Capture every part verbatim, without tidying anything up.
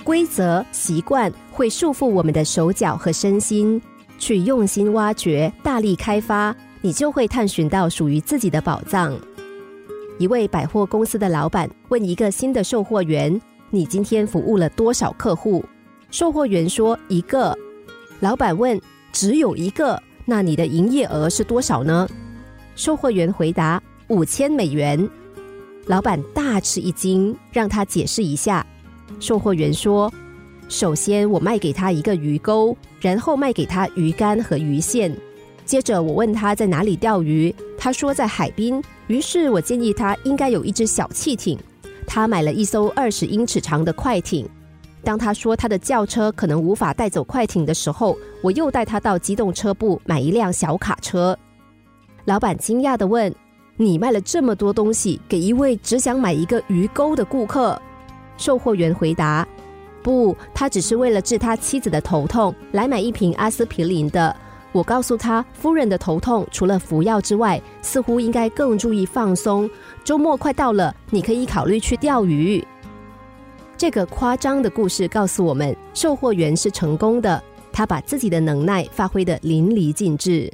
规则、习惯会束缚我们的手脚和身心，去用心挖掘，大力开发，你就会探寻到属于自己的宝藏。一位百货公司的老板问一个新的售货员，你今天服务了多少客户？售货员说一个。老板问，只有一个，那你的营业额是多少呢？售货员回答，五千美元。老板大吃一惊，让他解释一下。售货员说，首先我卖给他一个鱼钩，然后卖给他鱼竿和鱼线，接着我问他在哪里钓鱼，他说在海滨，于是我建议他应该有一只小汽艇，他买了一艘二十英尺长的快艇。当他说他的轿车可能无法带走快艇的时候，我又带他到机动车部买一辆小卡车。老板惊讶地问，你卖了这么多东西给一位只想买一个鱼钩的顾客？售货员回答，不，他只是为了治他妻子的头痛来买一瓶阿司匹林的。我告诉他，夫人的头痛除了服药之外，似乎应该更注意放松，周末快到了，你可以考虑去钓鱼。这个夸张的故事告诉我们，售货员是成功的，他把自己的能耐发挥得淋漓尽致。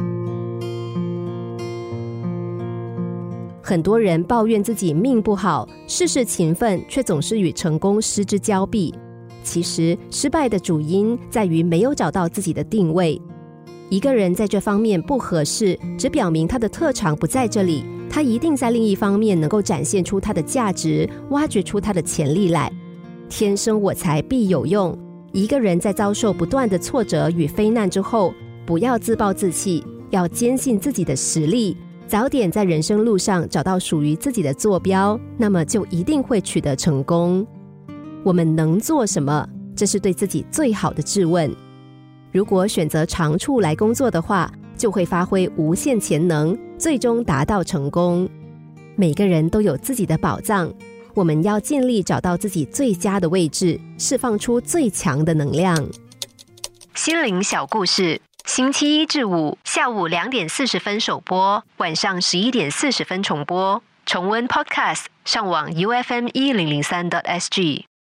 很多人抱怨自己命不好，事事勤奋，却总是与成功失之交臂。其实失败的主因在于没有找到自己的定位。一个人在这方面不合适，只表明他的特长不在这里，他一定在另一方面能够展现出他的价值，挖掘出他的潜力来。天生我材必有用。一个人在遭受不断的挫折与非难之后，不要自暴自弃，要坚信自己的实力，早点在人生路上找到属于自己的坐标，那么就一定会取得成功。我们能做什么？这是对自己最好的质问。如果选择长处来工作的话，就会发挥无限潜能，最终达到成功。每个人都有自己的宝藏，我们要尽力找到自己最佳的位置，释放出最强的能量。心灵小故事，星期一至五下午两点四十分首播，晚上十一点四十分重播。重温 Podcast， 上网 U F M 一零零三 点 S G。